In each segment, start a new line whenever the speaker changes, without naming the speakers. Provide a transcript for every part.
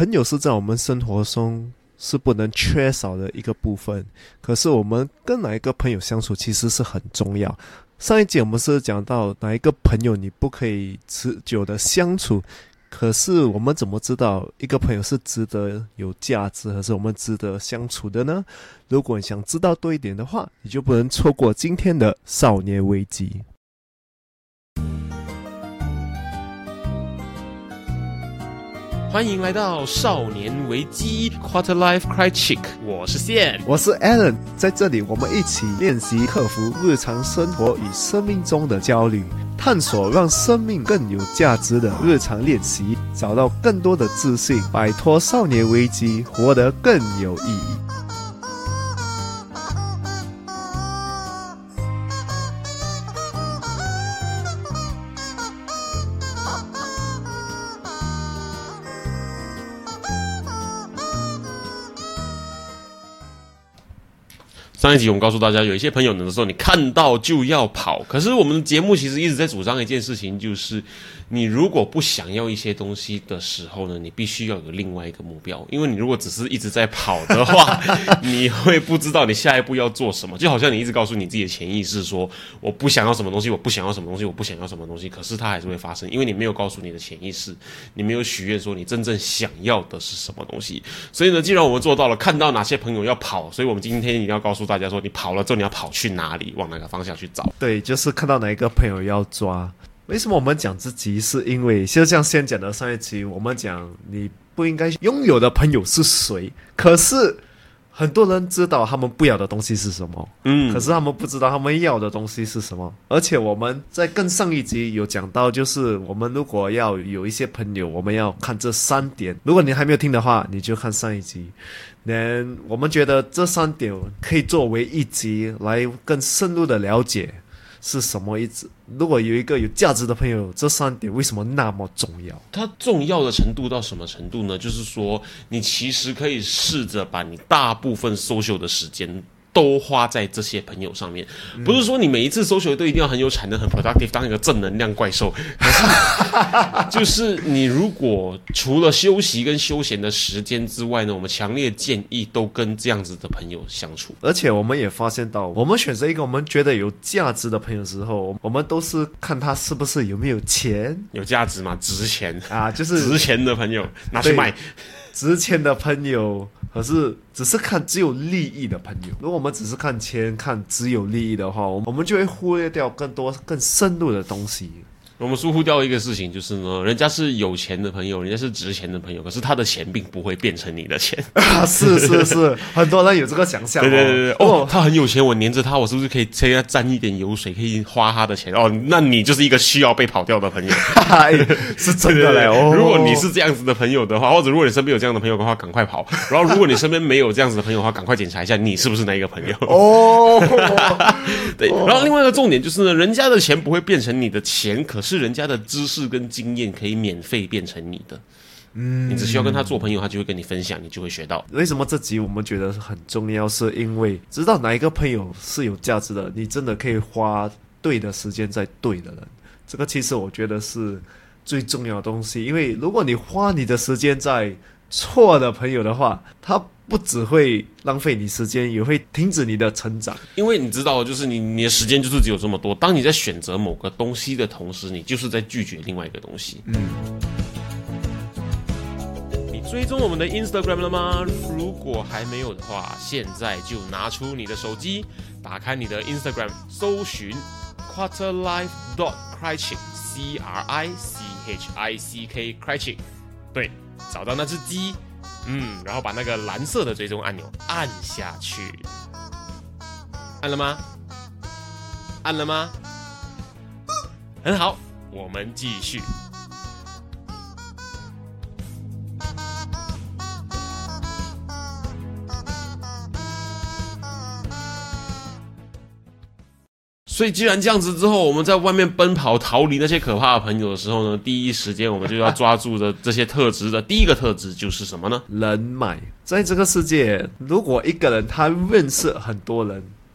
朋友是在我们生活中是不能缺少的一个部分，可是我们跟哪一个朋友相处其实是很重要。上一集我们是讲到哪一个朋友你不可以持久的相处，可是我们怎么知道一个朋友是值得有价值，还是我们值得相处的呢？如果你想知道多一点的话，你就不能错过今天的少年危机。
欢迎来到少年危机 Quarter Life Critic， 我是宪，
我是 Alan， 在这里我们一起练习克服日常生活与生命中的焦虑，探索让生命更有价值的日常练习，找到更多的自信，摆脱少年危机，活得更有意义。
上一集我们告诉大家，有一些朋友呢的时候，你看到就要跑。可是我们的节目其实一直在主张一件事情，就是你如果不想要一些东西的时候呢，你必须要有另外一个目标。因为你如果只是一直在跑的话，你会不知道你下一步要做什么。就好像你一直告诉你自己的潜意识说，我不想要什么东西，我不想要什么东西，我不想要什么东西，可是它还是会发生，因为你没有告诉你的潜意识，你没有许愿说你真正想要的是什么东西。所以呢，既然我们做到了看到哪些朋友要跑，所以我们今天一定要告诉大家说，你跑了之后你要跑去哪里，往哪个方向去找。
对，就是看到哪一个朋友要抓。为什么我们讲这集，是因为就像先讲的上一集，我们讲你不应该拥有的朋友是谁，可是很多人知道他们不要的东西是什么，可是他们不知道他们要的东西是什么。而且我们在更上一集有讲到，就是我们如果要有一些朋友，我们要看这3点。如果你还没有听的话，你就看上一集。我们觉得这3点可以作为一集来更深入的了解是什么意思。如果有一个有价值的朋友，这3点为什么那么重要？
它重要的程度到什么程度呢？就是说，你其实可以试着把你大部分 social 的时间都花在这些朋友上面，不是说你每一次 social 都一定要很有产能、很 productive， 当一个正能量怪兽。可是，就是你如果除了休息跟休闲的时间之外呢，我们强烈建议都跟这样子的朋友相处。
而且我们也发现到，我们选择一个我们觉得有价值的朋友之后，我们都是看他是不是有没有钱，
有价值吗？值钱
啊，就是
值钱的朋友拿去卖。
值钱的朋友，可是只是看只有利益的朋友。如果我们只是看钱、看只有利益的话，我们就会忽略掉更多更深入的东西。
我们疏忽掉一个事情，就是呢，人家是有钱的朋友，人家是值钱的朋友，可是他的钱并不会变成你的钱
啊！是，很多人有这个想象。
对，他很有钱，我黏着他，我是不是可以给他沾一点油水，可以花他的钱？那你就是一个需要被跑掉的朋友，
是真的嘞。
如果你是这样子的朋友的话，或者如果你身边有这样的朋友的话，赶快跑。然后如果你身边没有这样子的朋友的话，赶快检查一下你是不是那一个朋友。对。然后另外一个重点就是呢，人家的钱不会变成你的钱，可是人家的知识跟经验可以免费变成你的。你只需要跟他做朋友，他就会跟你分享，你就会学到。
为什么这集我们觉得很重要，是因为知道哪一个朋友是有价值的，你真的可以花对的时间在对的人。这个其实我觉得是最重要的东西，因为如果你花你的时间在错的朋友的话，他不只会浪费你时间，也会停止你的成长。因
为你知道，就是你的时间就是只有这么多，当你在选择某个东西的同时，你就是在拒绝另外一个东西。你追踪我们的 Instagram 了吗？如果还没有的话，现在就拿出你的手机，打开你的 Instagram， 搜寻 quarterlife.critic CRICHICK critic， 对，找到那只鸡，然后把那个蓝色的追踪按钮按下去。按了吗？按了吗？很好，我们继续。所以既然这样子之后，我们在外面奔跑逃离那些可怕的朋友的时候呢，第一时间我们就要抓住的这些特质的第一个特质就是什么呢？
人脉。在这个世界，如果一个人他认识很多人，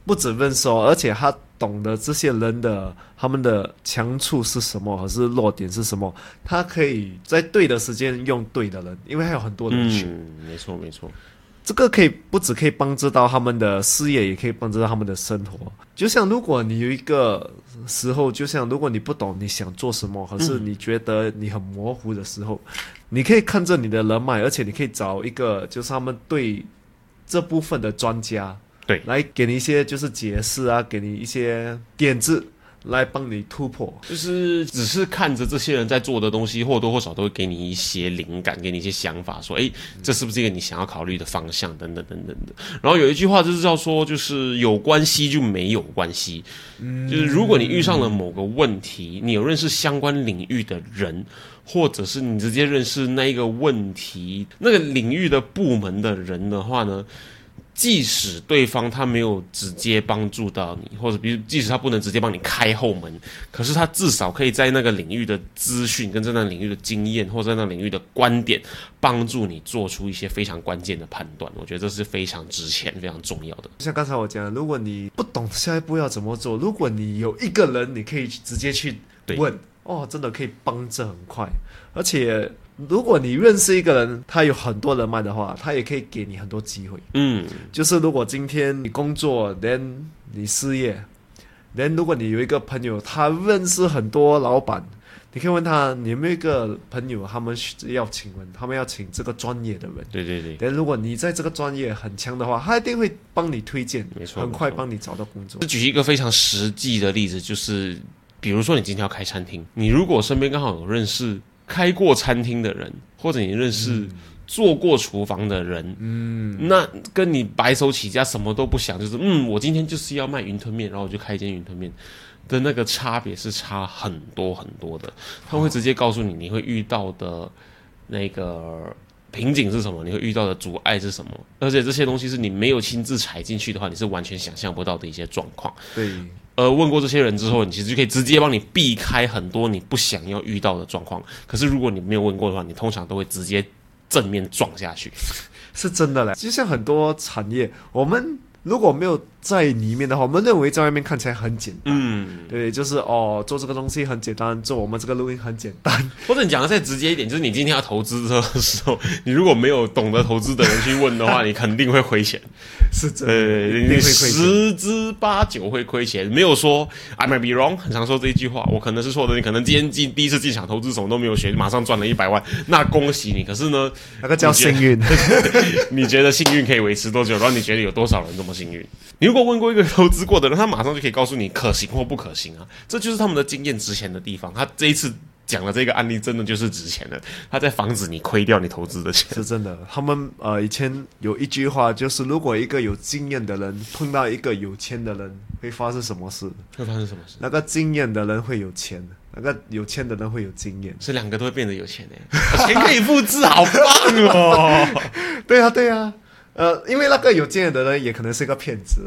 不止认识而且他懂得这些人的他们的强处是什么，还是弱点是什么，他可以在对的时间用对的人，因为还有很多人选。
没错没错。
这个不只可以帮助到他们的事业，也可以帮助到他们的生活。就像如果你有一个时候，就像如果你不懂你想做什么，可是你觉得你很模糊的时候，你可以看着你的人脉，而且你可以找一个就是他们对这部分的专家，
对，
来给你一些就是解释啊，给你一些点子，来帮你突破。
就是只是看着这些人在做的东西，或多或少都会给你一些灵感，给你一些想法，说这是不是一个你想要考虑的方向等等等等的。然后有一句话就是叫说，就是有关系就没有关系。就是如果你遇上了某个问题，你有认识相关领域的人，或者是你直接认识那一个问题那个领域的部门的人的话呢，即使对方他没有直接帮助到你，或者比如即使他不能直接帮你开后门，可是他至少可以在那个领域的资讯跟在那个领域的经验或者在那个领域的观点帮助你做出一些非常关键的判断。我觉得这是非常值钱非常重要的。
像刚才我讲的，如果你不懂下一步要怎么做，如果你有一个人你可以直接去问，真的可以帮着很快。而且如果你认识一个人，他有很多人脉的话，他也可以给你很多机会。就是如果今天你工作 then 你失业 then 如果你有一个朋友他认识很多老板，你可以问他，你有没有一个朋友他们要请这个专业的人。
对对对。
但如果你在这个专业很强的话，他一定会帮你推荐，
没错，
很快帮你找到工作。
举一个非常实际的例子，就是比如说你今天要开餐厅，你如果身边刚好有认识开过餐厅的人，或者你认识做过厨房的人，那跟你白手起家什么都不想，就是我今天就是要卖云吞面，然后我就开一间云吞面的那个差别是差很多很多的。他会直接告诉你你会遇到的那个瓶颈是什么，你会遇到的阻碍是什么，而且这些东西是你没有亲自踩进去的话，你是完全想象不到的一些状况。
对。
问过这些人之后，你其实就可以直接帮你避开很多你不想要遇到的状况。可是如果你没有问过的话，你通常都会直接正面撞下去。
是真的嘞，就像很多产业，我们如果没有在里面的话，我们认为在外面看起来很简单。对，就是做这个东西很简单，做我们这个录音很简单。
或者你讲的再直接一点，就是你今天要投资的时候，你如果没有懂得投资的人去问的话，你肯定会亏钱。
是真的，一定会亏钱
，10之8九会亏钱。没有说 I might be wrong， 很常说这一句话，我可能是错的。你可能今天第一次进场投资，什么都没有学，马上赚了100万，那恭喜你。可是呢，
那个叫幸运。
你觉得幸运可以维持多久？然后你觉得有多少人这么幸运？你如果问过一个投资过的人，他马上就可以告诉你可行或不可行啊。这就是他们的经验值钱的地方。他这一次讲的这个案例真的就是值钱的，他在防止你亏掉你投资的钱。
是真的。他们以前有一句话，就是如果一个有经验的人碰到一个有钱的人，会发生什么事？
会发生什么事？
那个经验的人会有钱，那个有钱的人会有经验，
所以两个都会变得有钱钱可以复制，好棒哦！
对啊，对啊。因为那个有经验的人也可能是一个骗子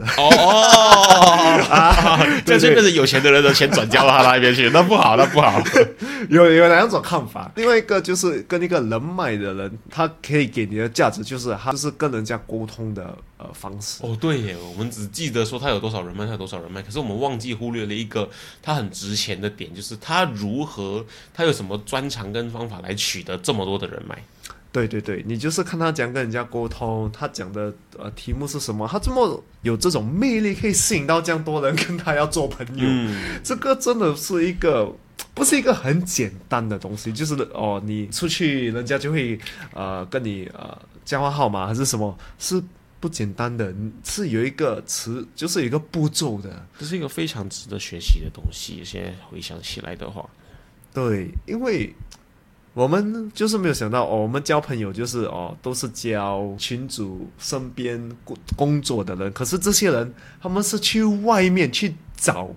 这就变成有钱的人的钱转交到他那边去，那不好，那不好。
有两种看法，另外一个就是跟一个人脉的人，他可以给你的价值就是他就是跟人家沟通的方式。
对耶，我们只记得说他有多少人脉，他有多少人脉，可是我们忘记忽略了一个他很值钱的点，就是他有什么专长跟方法来取得这么多的人脉。
对对对，你就是看他怎样跟人家沟通，他讲的题目是什么，他这么有这种魅力，可以吸引到这样多人跟他要做朋友。这个真的是不是一个很简单的东西，就是你出去人家就会跟你电话号码还是什么，是不简单的，是有一个词，就是有一个步骤的。
这是一个非常值得学习的东西，现在回想起来的话。
对，因为我们就是没有想到我们交朋友就是都是交群组身边工作的人，可是这些人他们是去外面去找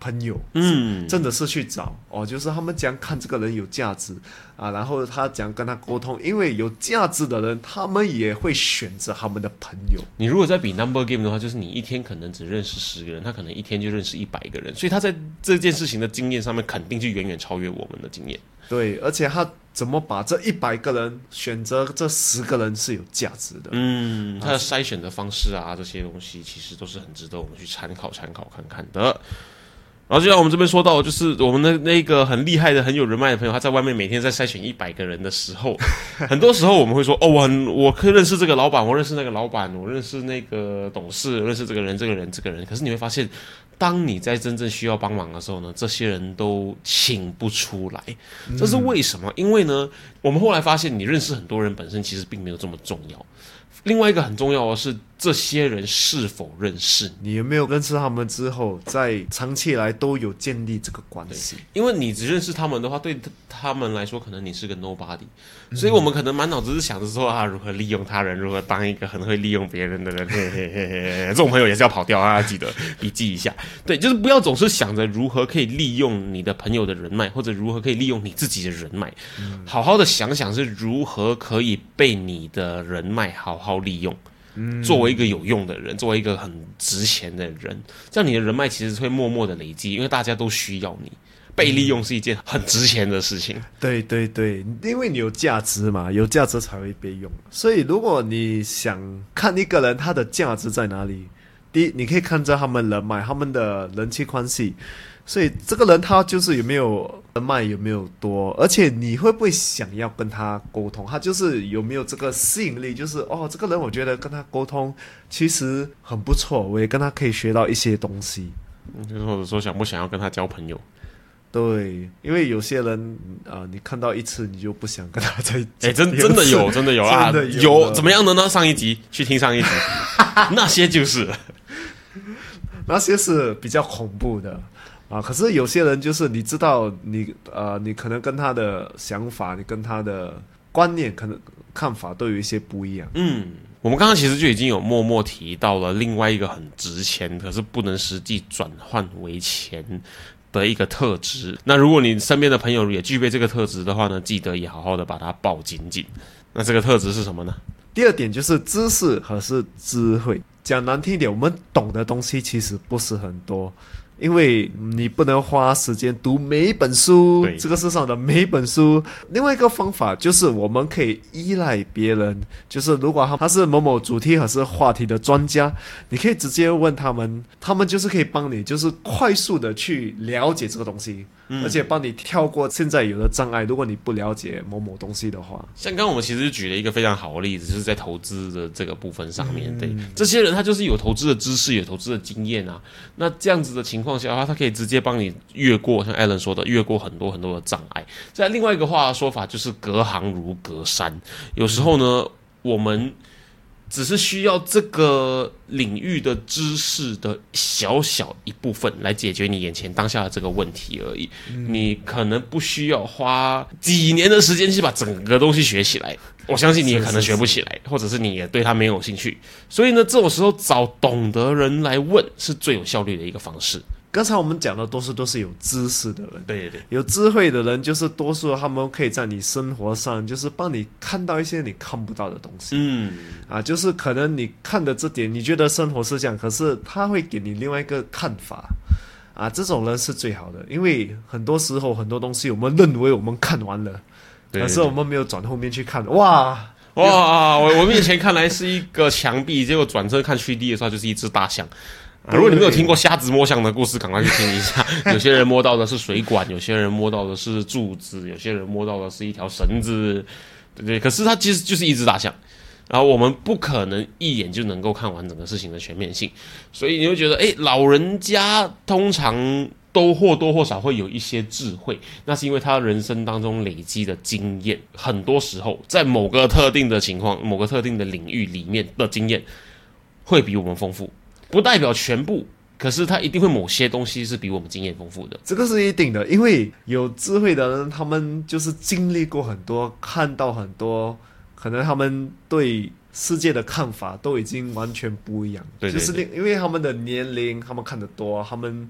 朋友，真的是去找就是他们讲看这个人有价值啊，然后他讲跟他沟通，因为有价值的人，他们也会选择他们的朋友。
你如果在比 number game 的话，就是你一天可能只认识10个人，他可能一天就认识100个人，所以他在这件事情的经验上面肯定就远远超越我们的经验。
对，而且他怎么把这100个人选择这10个人是有价值的。
他的筛选的方式啊，这些东西其实都是很值得我们去参考看看的。然后就像我们这边说到，就是我们的那个很厉害的、很有人脉的朋友，他在外面每天在筛选100个人的时候，很多时候我们会说，我可以认识这个老板，我认识那个老板，我认识那个董事，认识这个人。可是你会发现，当你在真正需要帮忙的时候呢，这些人都请不出来。这是为什么？因为呢，我们后来发现，你认识很多人本身其实并没有这么重要。另外一个很重要的是，这些人是否认识你？
你有没有认识他们之后，在长期以来都有建立这个关系？
因为你只认识他们的话，对他们来说，可能你是个 nobody，所以我们可能满脑子是想着说如何利用他人，如何当一个很会利用别人的人，嘿嘿嘿嘿，这种朋友也是要跑掉啊，记得笔记一下。对，就是不要总是想着如何可以利用你的朋友的人脉，或者如何可以利用你自己的人脉，好好的想想是如何可以被你的人脉好好利用。作为一个有用的人，作为一个很值钱的人，这样你的人脉其实会默默的累积，因为大家都需要你。被利用是一件很值钱的事情。
对对对，因为你有价值嘛，有价值才会被用。所以如果你想看一个人他的价值在哪里，第一，你可以看着他们人脉，他们的人际关系。所以这个人他就是有没有人脉有没有多，而且你会不会想要跟他沟通，他就是有没有这个吸引力，就是这个人我觉得跟他沟通其实很不错，我也跟他可以学到一些东西。
或者说想不想要跟他交朋友。
对，因为有些人你看到一次你就不想跟他再
真的有啊，有怎么样的呢？上一集去听上一集那些就是
那些是比较恐怖的可是有些人就是你知道你可能跟他的想法，你跟他的观念可能看法都有一些不一样。
我们刚刚其实就已经有默默提到了另外一个很值钱可是不能实际转换为钱的一个特质。那如果你身边的朋友也具备这个特质的话呢，记得也好好的把它抱紧紧。那这个特质是什么呢？
第二点就是知识和是智慧。讲难听一点，我们懂的东西其实不是很多，因为你不能花时间读每一本书，这个世上的每一本书。另外一个方法就是我们可以依赖别人，就是如果他是某某主题还是话题的专家，你可以直接问他们，他们就是可以帮你就是快速的去了解这个东西，而且帮你跳过现在有的障碍，如果你不了解某某东西的话。
像刚刚我们其实举了一个非常好的例子，就是在投资的这个部分上面，对这些人他就是有投资的知识，有投资的经验啊。那这样子的情况下的话，他可以直接帮你越过像 Alan 说的，越过很多很多的障碍。在另外一个说法就是隔行如隔山。有时候呢，我们只是需要这个领域的知识的小小一部分来解决你眼前当下的这个问题而已。你可能不需要花几年的时间去把整个东西学起来，我相信你也可能学不起来，或者是你也对它没有兴趣。所以呢，这种时候找懂得人来问是最有效率的一个方式。
刚才我们讲的都是有知识的人，
对，
有智慧的人，就是多数他们可以在你生活上，就是帮你看到一些你看不到的东西。就是可能你看的这点，你觉得生活是这样，可是他会给你另外一个看法。这种人是最好的，因为很多时候很多东西我们认为我们看完了，可是我们没有转后面去看。哇，
我面前看来是一个墙壁，结果转身看 3D 的时候就是一只大象。如果你没有听过瞎子摸象的故事，赶快去听一下。有些人摸到的是水管，有些人摸到的是柱子，有些人摸到的是一条绳子，对，可是它其实就是一只大象。然后我们不可能一眼就能够看完整个事情的全面性，所以你会觉得老人家通常都或多或少会有一些智慧，那是因为他人生当中累积的经验，很多时候在某个特定的情况、某个特定的领域里面的经验会比我们丰富，不代表全部，可是他一定会某些东西是比我们经验丰富的。
这个是一定的，因为有智慧的人，他们就是经历过很多，看到很多，可能他们对世界的看法都已经完全不一样。
对，
就是因为他们的年龄，他们看得多，他们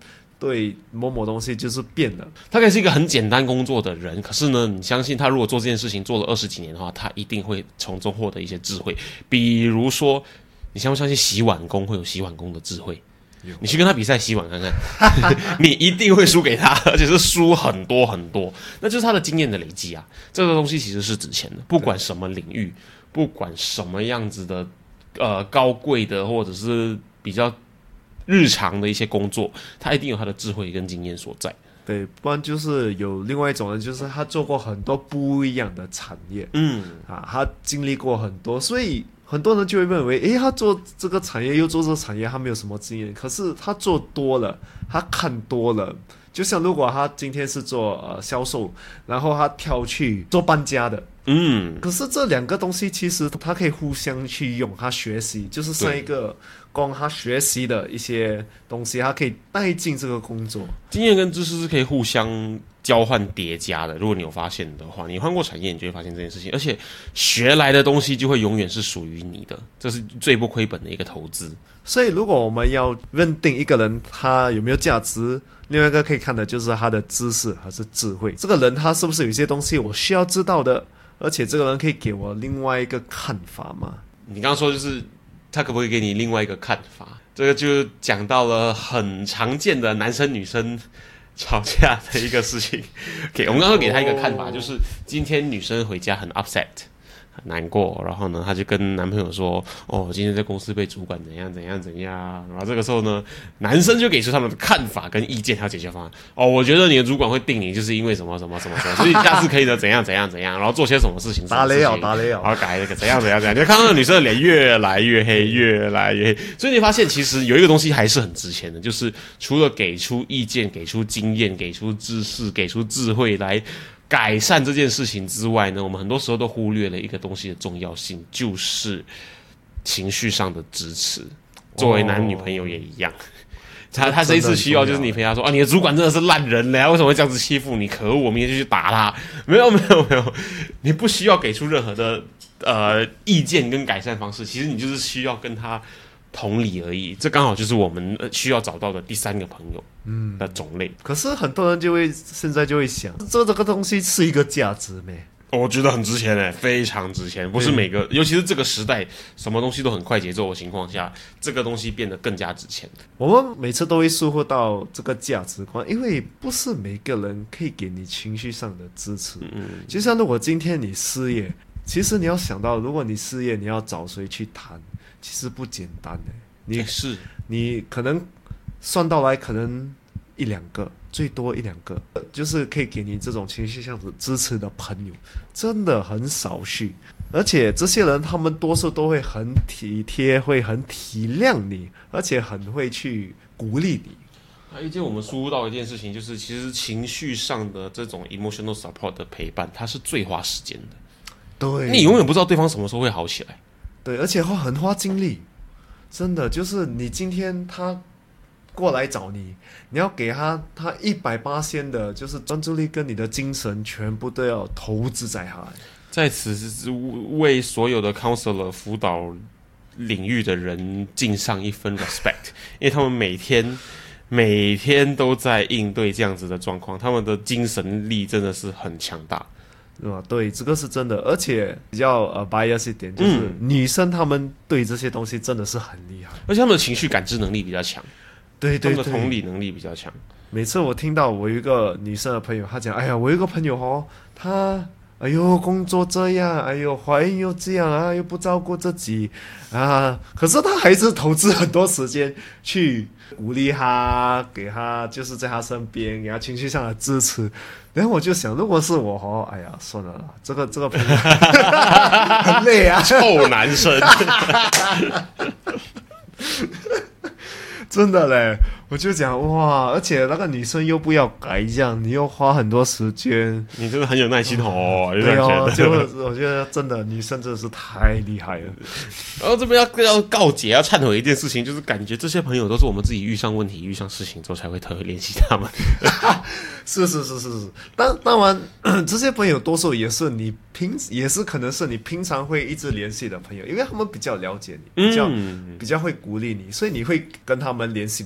对某某东西就是变了。
他可以是一个很简单工作的人，可是呢，你相信他如果做这件事情做了20几年的话，他一定会从中获得一些智慧。比如说，你相不相信洗碗工会有洗碗工的智慧？你去跟他比赛洗碗看看，你一定会输给他，而且是输很多很多。那就是他的经验的累积啊。这个东西其实是值钱的，不管什么领域，不管什么样子的高贵的或者是比较日常的一些工作，他一定有他的智慧跟经验所在。
对，不然就是有另外一种人，就是他做过很多不一样的产业，他经历过很多，所以很多人就会认为，诶，他做这个产业又做这个产业，他没有什么经验。可是他做多了，他看多了，就像如果他今天是做销售，然后他跳去做搬家的。可是这两个东西其实他可以互相去用，他学习就是上一个工他学习的一些东西，他可以带进这个工作。
经验跟知识是可以互相交换叠加的。如果你有发现的话，你换过产业，你就会发现这件事情。而且学来的东西就会永远是属于你的，这是最不亏本的一个投资。
所以如果我们要认定一个人他有没有价值，另外一个可以看的就是他的知识还是智慧。这个人他是不是有一些东西我需要知道的，而且这个人可以给我另外一个看法吗？
你刚刚说就是他可不可以给你另外一个看法？这个就讲到了很常见的男生女生吵架的一个事情。我们刚刚给他一个看法，就是今天女生回家很 upset， 很难过，然后呢，她就跟男朋友说：“哦，今天在公司被主管怎样怎样怎样。”然后这个时候呢，男生就给出他们的看法跟意见还有解决方案。哦，我觉得你的主管会定你，就是因为什么什么什么什么，所以下次可以的怎样怎样怎样，然后做些什么事情，
打雷哦，
然后改那个怎样怎样怎样，就看到女生的脸越来越黑，越来越黑。所以你发现其实有一个东西还是很值钱的，就是除了给出意见、给出经验、给出知识、给出智慧来改善这件事情之外呢，我们很多时候都忽略了一个东西的重要性，就是情绪上的支持。作为男女朋友也一样，他这一次需要就是你陪他说啊，你的主管真的是烂人嘞，为什么会这样子欺负你？可恶，我明天就去打他。没有，你不需要给出任何的意见跟改善方式，其实你就是需要跟他同理而已。这刚好就是我们需要找到的第3个朋友的种类。
可是很多人现在就会想，这个东西是一个价值没？
我觉得很值钱非常值钱。不是每个，尤其是这个时代，什么东西都很快节奏的情况下，这个东西变得更加值钱。
我们每次都会疏忽到这个价值观，因为不是每个人可以给你情绪上的支持。就像如果今天你失业，其实你要想到，如果你失业，你要找谁去谈，其实不简单你可能算到来可能1-2个，最多1-2个，就是可以给你这种情绪上的支持的朋友，真的很少许。而且这些人他们多数都会很体贴，会很体谅你，而且很会去鼓励你。
还有一件我们疏忽到一件事情，就是其实情绪上的这种 emotional support 的陪伴，它是最花时间的。
对，
你永远不知道对方什么时候会好起来。
对，而且很花精力，真的就是你今天他过来找你，你要给他180%的，就是专注力跟你的精神全部都要投资在他。
在此是为所有的 counselor 辅导领域的人尽上一分 respect， 因为他们每天都在应对这样子的状况，他们的精神力真的是很强大。
对，这个是真的，而且比较bias 一点，就是女生她们对这些东西真的是很厉害，
而且她们的情绪感知能力比较强，
对，
她们的同理能力比较强。
每次我听到我有一个女生的朋友，她讲，哎呀，我有一个朋友她哎呦工作这样，哎呦怀孕又这样啊，又不照顾自己啊，可是她还是投资很多时间去鼓励她，给她就是在她身边，给她情绪上的支持。然后我就想，如果是我哎呀，算了啦，这个朋友很累啊，
臭男生，
真的嘞，我就讲哇，而且那个女生又不要改这样，你又花很多时间，
你真的很有耐心哦。
对哦，我觉得真的女生真的是太厉害了。
然后这边要告解，要忏悔一件事情，就是感觉这些朋友都是我们自己遇上问题、遇上事情之后才会特别联系他们。
是，当然这些朋友多数也是可能是你平常会一直联系的朋友，因为他们比较了解你，比较会鼓励你，所以你会跟他们联系比较多一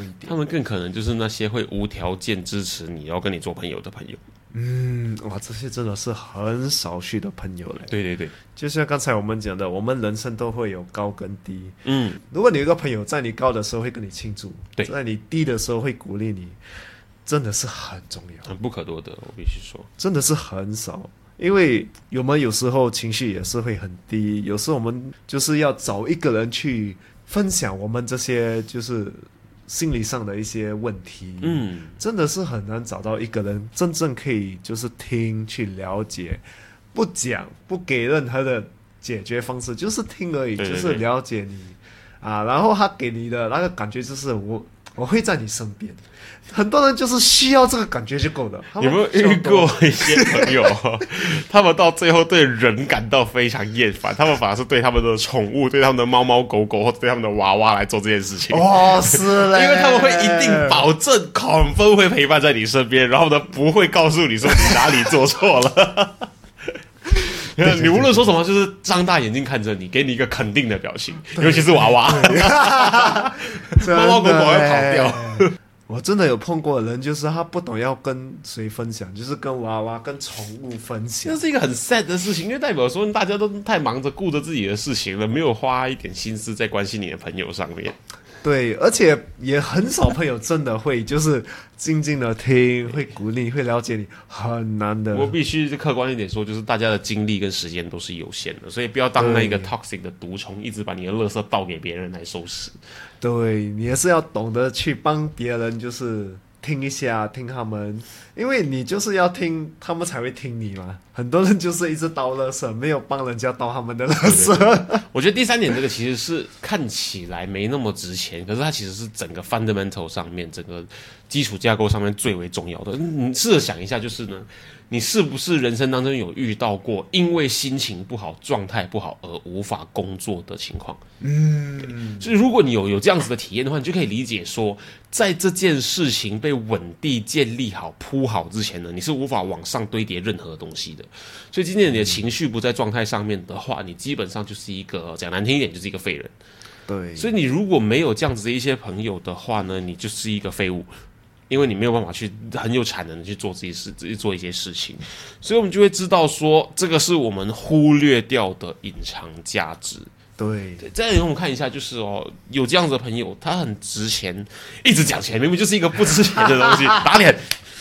一点。
他们更可能就是那些会无条件支持你，然后跟你做朋友的朋友。
哇，这些真的是很少数的朋友嘞。
对对对，
就像刚才我们讲的，我们人生都会有高跟低。
嗯，
如果你有一个朋友在你高的时候会跟你庆祝，
对，
在你低的时候会鼓励你，真的是很重要，
很不可多得，我必须说，
真的是很少。因为我们有时候情绪也是会很低，有时候我们就是要找一个人去分享我们这些就是心理上的一些问题，真的是很难找到一个人真正可以就是听去了解，不讲不给任何的解决方式，就是听而已，
对对对，
就是了解你啊，然后他给你的那个感觉就是我会在你身边。很多人就是需要这个感觉就够了。
有没有遇过一些朋友，他们到最后对人感到非常厌烦，他们反而是对他们的宠物、对他们的猫猫狗狗或者对他们的娃娃来做这件事情。
哦，是嘞，
因为他们会一定保证confirm会陪伴在你身边，然后呢不会告诉你说你哪里做错了。你无论说什么，就是张大眼睛看着你，给你一个肯定的表情，尤其是娃娃，猫猫狗狗会跑掉。
我真的有碰过的人，就是他不懂要跟谁分享，就是跟娃娃、跟宠物分享。
这是一个很 sad 的事情，因为代表说大家都太忙着顾着自己的事情了，没有花一点心思在关心你的朋友上面。
对，而且也很少朋友真的会就是静静的听，会鼓励，会了解你，很难的。
我必须客观一点说，就是大家的精力跟时间都是有限的，所以不要当那个 toxic 的毒虫，一直把你的垃圾倒给别人来收拾。
对，你也是要懂得去帮别人，就是听一下，听他们，因为你就是要听，他们才会听你嘛。很多人就是一直倒垃圾，没有帮人家倒他们的垃圾。
对，我觉得第三点这个其实是看起来没那么值钱，可是它其实是整个 fundamental 上面，整个基础架构上面最为重要的。你试着想一下，就是呢，你是不是人生当中有遇到过因为心情不好、状态不好而无法工作的情况？所以如果你有这样子的体验的话，你就可以理解说，在这件事情被稳定建立好、铺好之前呢，你是无法往上堆叠任何东西的。所以今天你的情绪不在状态上面的话，你基本上就是一个讲难听一点，就是一个废人。
对，
所以你如果没有这样子的一些朋友的话呢，你就是一个废物。因为你没有办法去很有产能的去做自己做一些事情，所以我们就会知道说，这个是我们忽略掉的隐藏价值。
对，
再让我们看一下，就是有这样子的朋友，他很值钱，一直讲钱，明明就是一个不值钱的东西，打脸。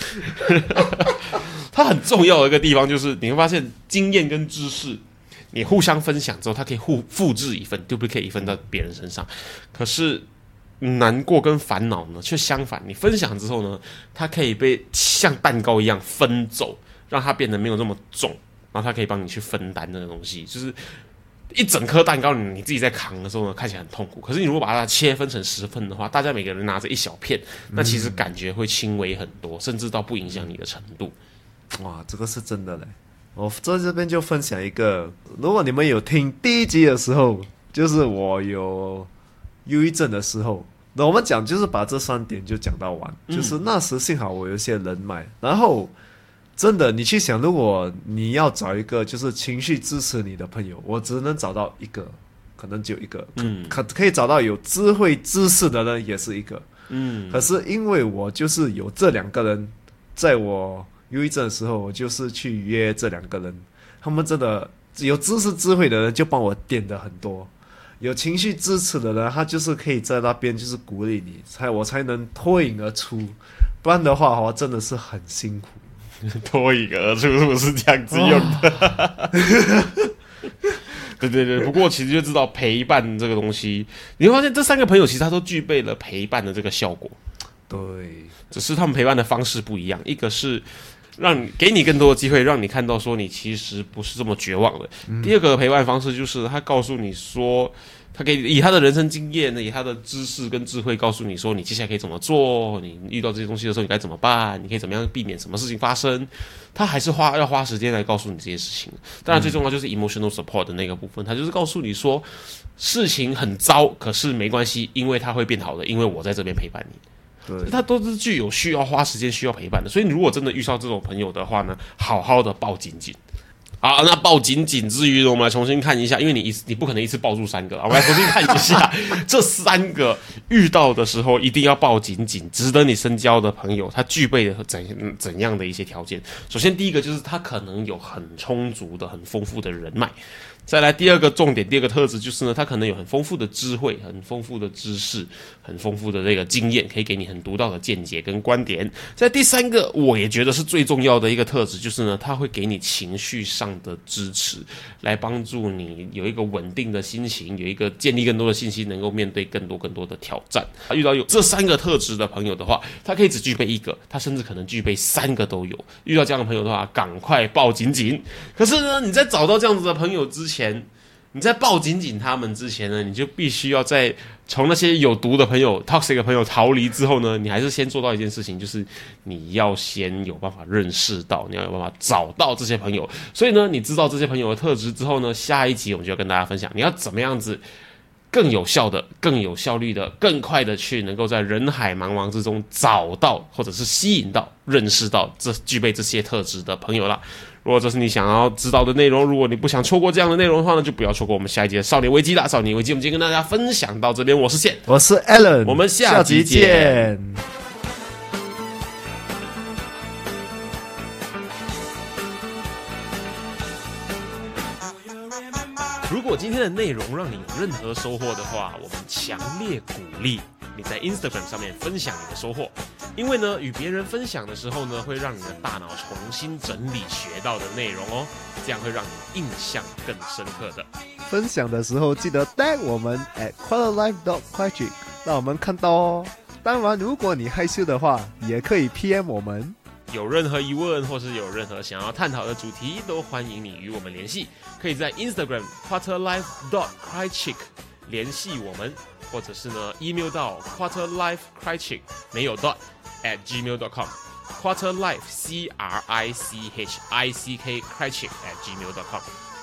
它很重要的一个地方就是，你会发现经验跟知识，你互相分享之后，它可以复制一份 ，duplicate 一份到别人身上。可是难过跟烦恼呢，却相反，你分享之后呢，它可以被像蛋糕一样分走，让它变得没有那么重，然后它可以帮你去分担那个东西，就是一整颗蛋糕你自己在扛的时候呢，看起来很痛苦。可是你如果把它切分成10份的话，大家每个人拿着一小片，那其实感觉会轻微很多，甚至到不影响你的程度。
哇，这个是真的嘞！我在这边就分享一个，如果你们有听第1集的时候，就是我有忧郁症的时候，那我们讲就是把这3点就讲到完。就是那时幸好我有一些人脉，然后真的你去想，如果你要找一个就是情绪支持你的朋友，我只能找到一个，可能只有一个，可以找到有智慧知识的人也是一个。可是因为我就是有这2个人，在我忧郁症的时候，我就是去约这2个人，他们真的有知识智慧的人就帮我点的很多，有情绪支持的人，他就是可以在那边就是鼓励你，我才能脱颖而出，不然的话真的是很辛苦。
脱颖而出是不是这样子用的？对对对，不过其实就知道陪伴这个东西，你会发现这3个朋友其实他都具备了陪伴的这个效果。
对，
只是他们陪伴的方式不一样，一个是给你更多的机会，让你看到说你其实不是这么绝望的。第二个陪伴方式就是他告诉你说，他以他的人生经验，以他的知识跟智慧告诉你说，你接下来可以怎么做，你遇到这些东西的时候你该怎么办，你可以怎么样避免什么事情发生。他还是要花时间来告诉你这些事情。当然最重要就是 emotional support 的那个部分，他就是告诉你说事情很糟，可是没关系，因为它会变好的，因为我在这边陪伴你。
对，
它都是具有需要花时间、需要陪伴的。所以你如果真的遇到这种朋友的话呢，好好的抱紧紧。 好，那抱紧紧之余呢，我们来重新看一下，因为你不可能一次抱住3个，我们来重新看一下这3个遇到的时候一定要抱紧紧，值得你深交的朋友，他具备了怎样的一些条件？首先第一个就是他可能有很充足的、很丰富的人脉。再来第二个重点，第二个特质就是呢，他可能有很丰富的智慧、很丰富的知识、很丰富的这个经验，可以给你很独到的见解跟观点。在第三个，我也觉得是最重要的一个特质，就是呢，他会给你情绪上的支持，来帮助你有一个稳定的心情，有一个建立更多的信心，能够面对更多的挑战。遇到有这3个特质的朋友的话，他可以只具备1个，他甚至可能具备3个都有。遇到这样的朋友的话，赶快抱紧紧。可是呢，你在找到这样子的朋友之前，你在抱紧紧他们之前呢，你就必须要在从那些有毒的朋友 toxic 的朋友逃离之后呢，你还是先做到一件事情，就是你要先有办法认识到，你要有办法找到这些朋友。所以呢，你知道这些朋友的特质之后呢，下一集我们就要跟大家分享你要怎么样子更有效的、更有效率的、更快的去能够在人海茫茫之中找到或者是吸引到、认识到具备这些特质的朋友啦。如果这是你想要知道的内容，如果你不想错过这样的内容的话呢，就不要错过我们下一集的少年危机啦。少年危机，我们今天跟大家分享到这边，我是宪，
我是 Alan，
我们下集见。如果今天的内容让你有任何收获的话，我们强烈鼓励你在 Instagram 上面分享你的收获，因为呢，与别人分享的时候呢，会让你的大脑重新整理学到的内容哦，这样会让你印象更深刻的。
分享的时候记得 tag 我们 @quarterlife.critic 让我们看到哦。当然，如果你害羞的话，也可以 PM 我们。
有任何疑问或是有任何想要探讨的主题，都欢迎你与我们联系，可以在 Instagram quarterlife.critic 联系我们，或者是呢 email 到 quarterlifecritic 没有 .@gmail.com quarterlife critic critic @gmail.com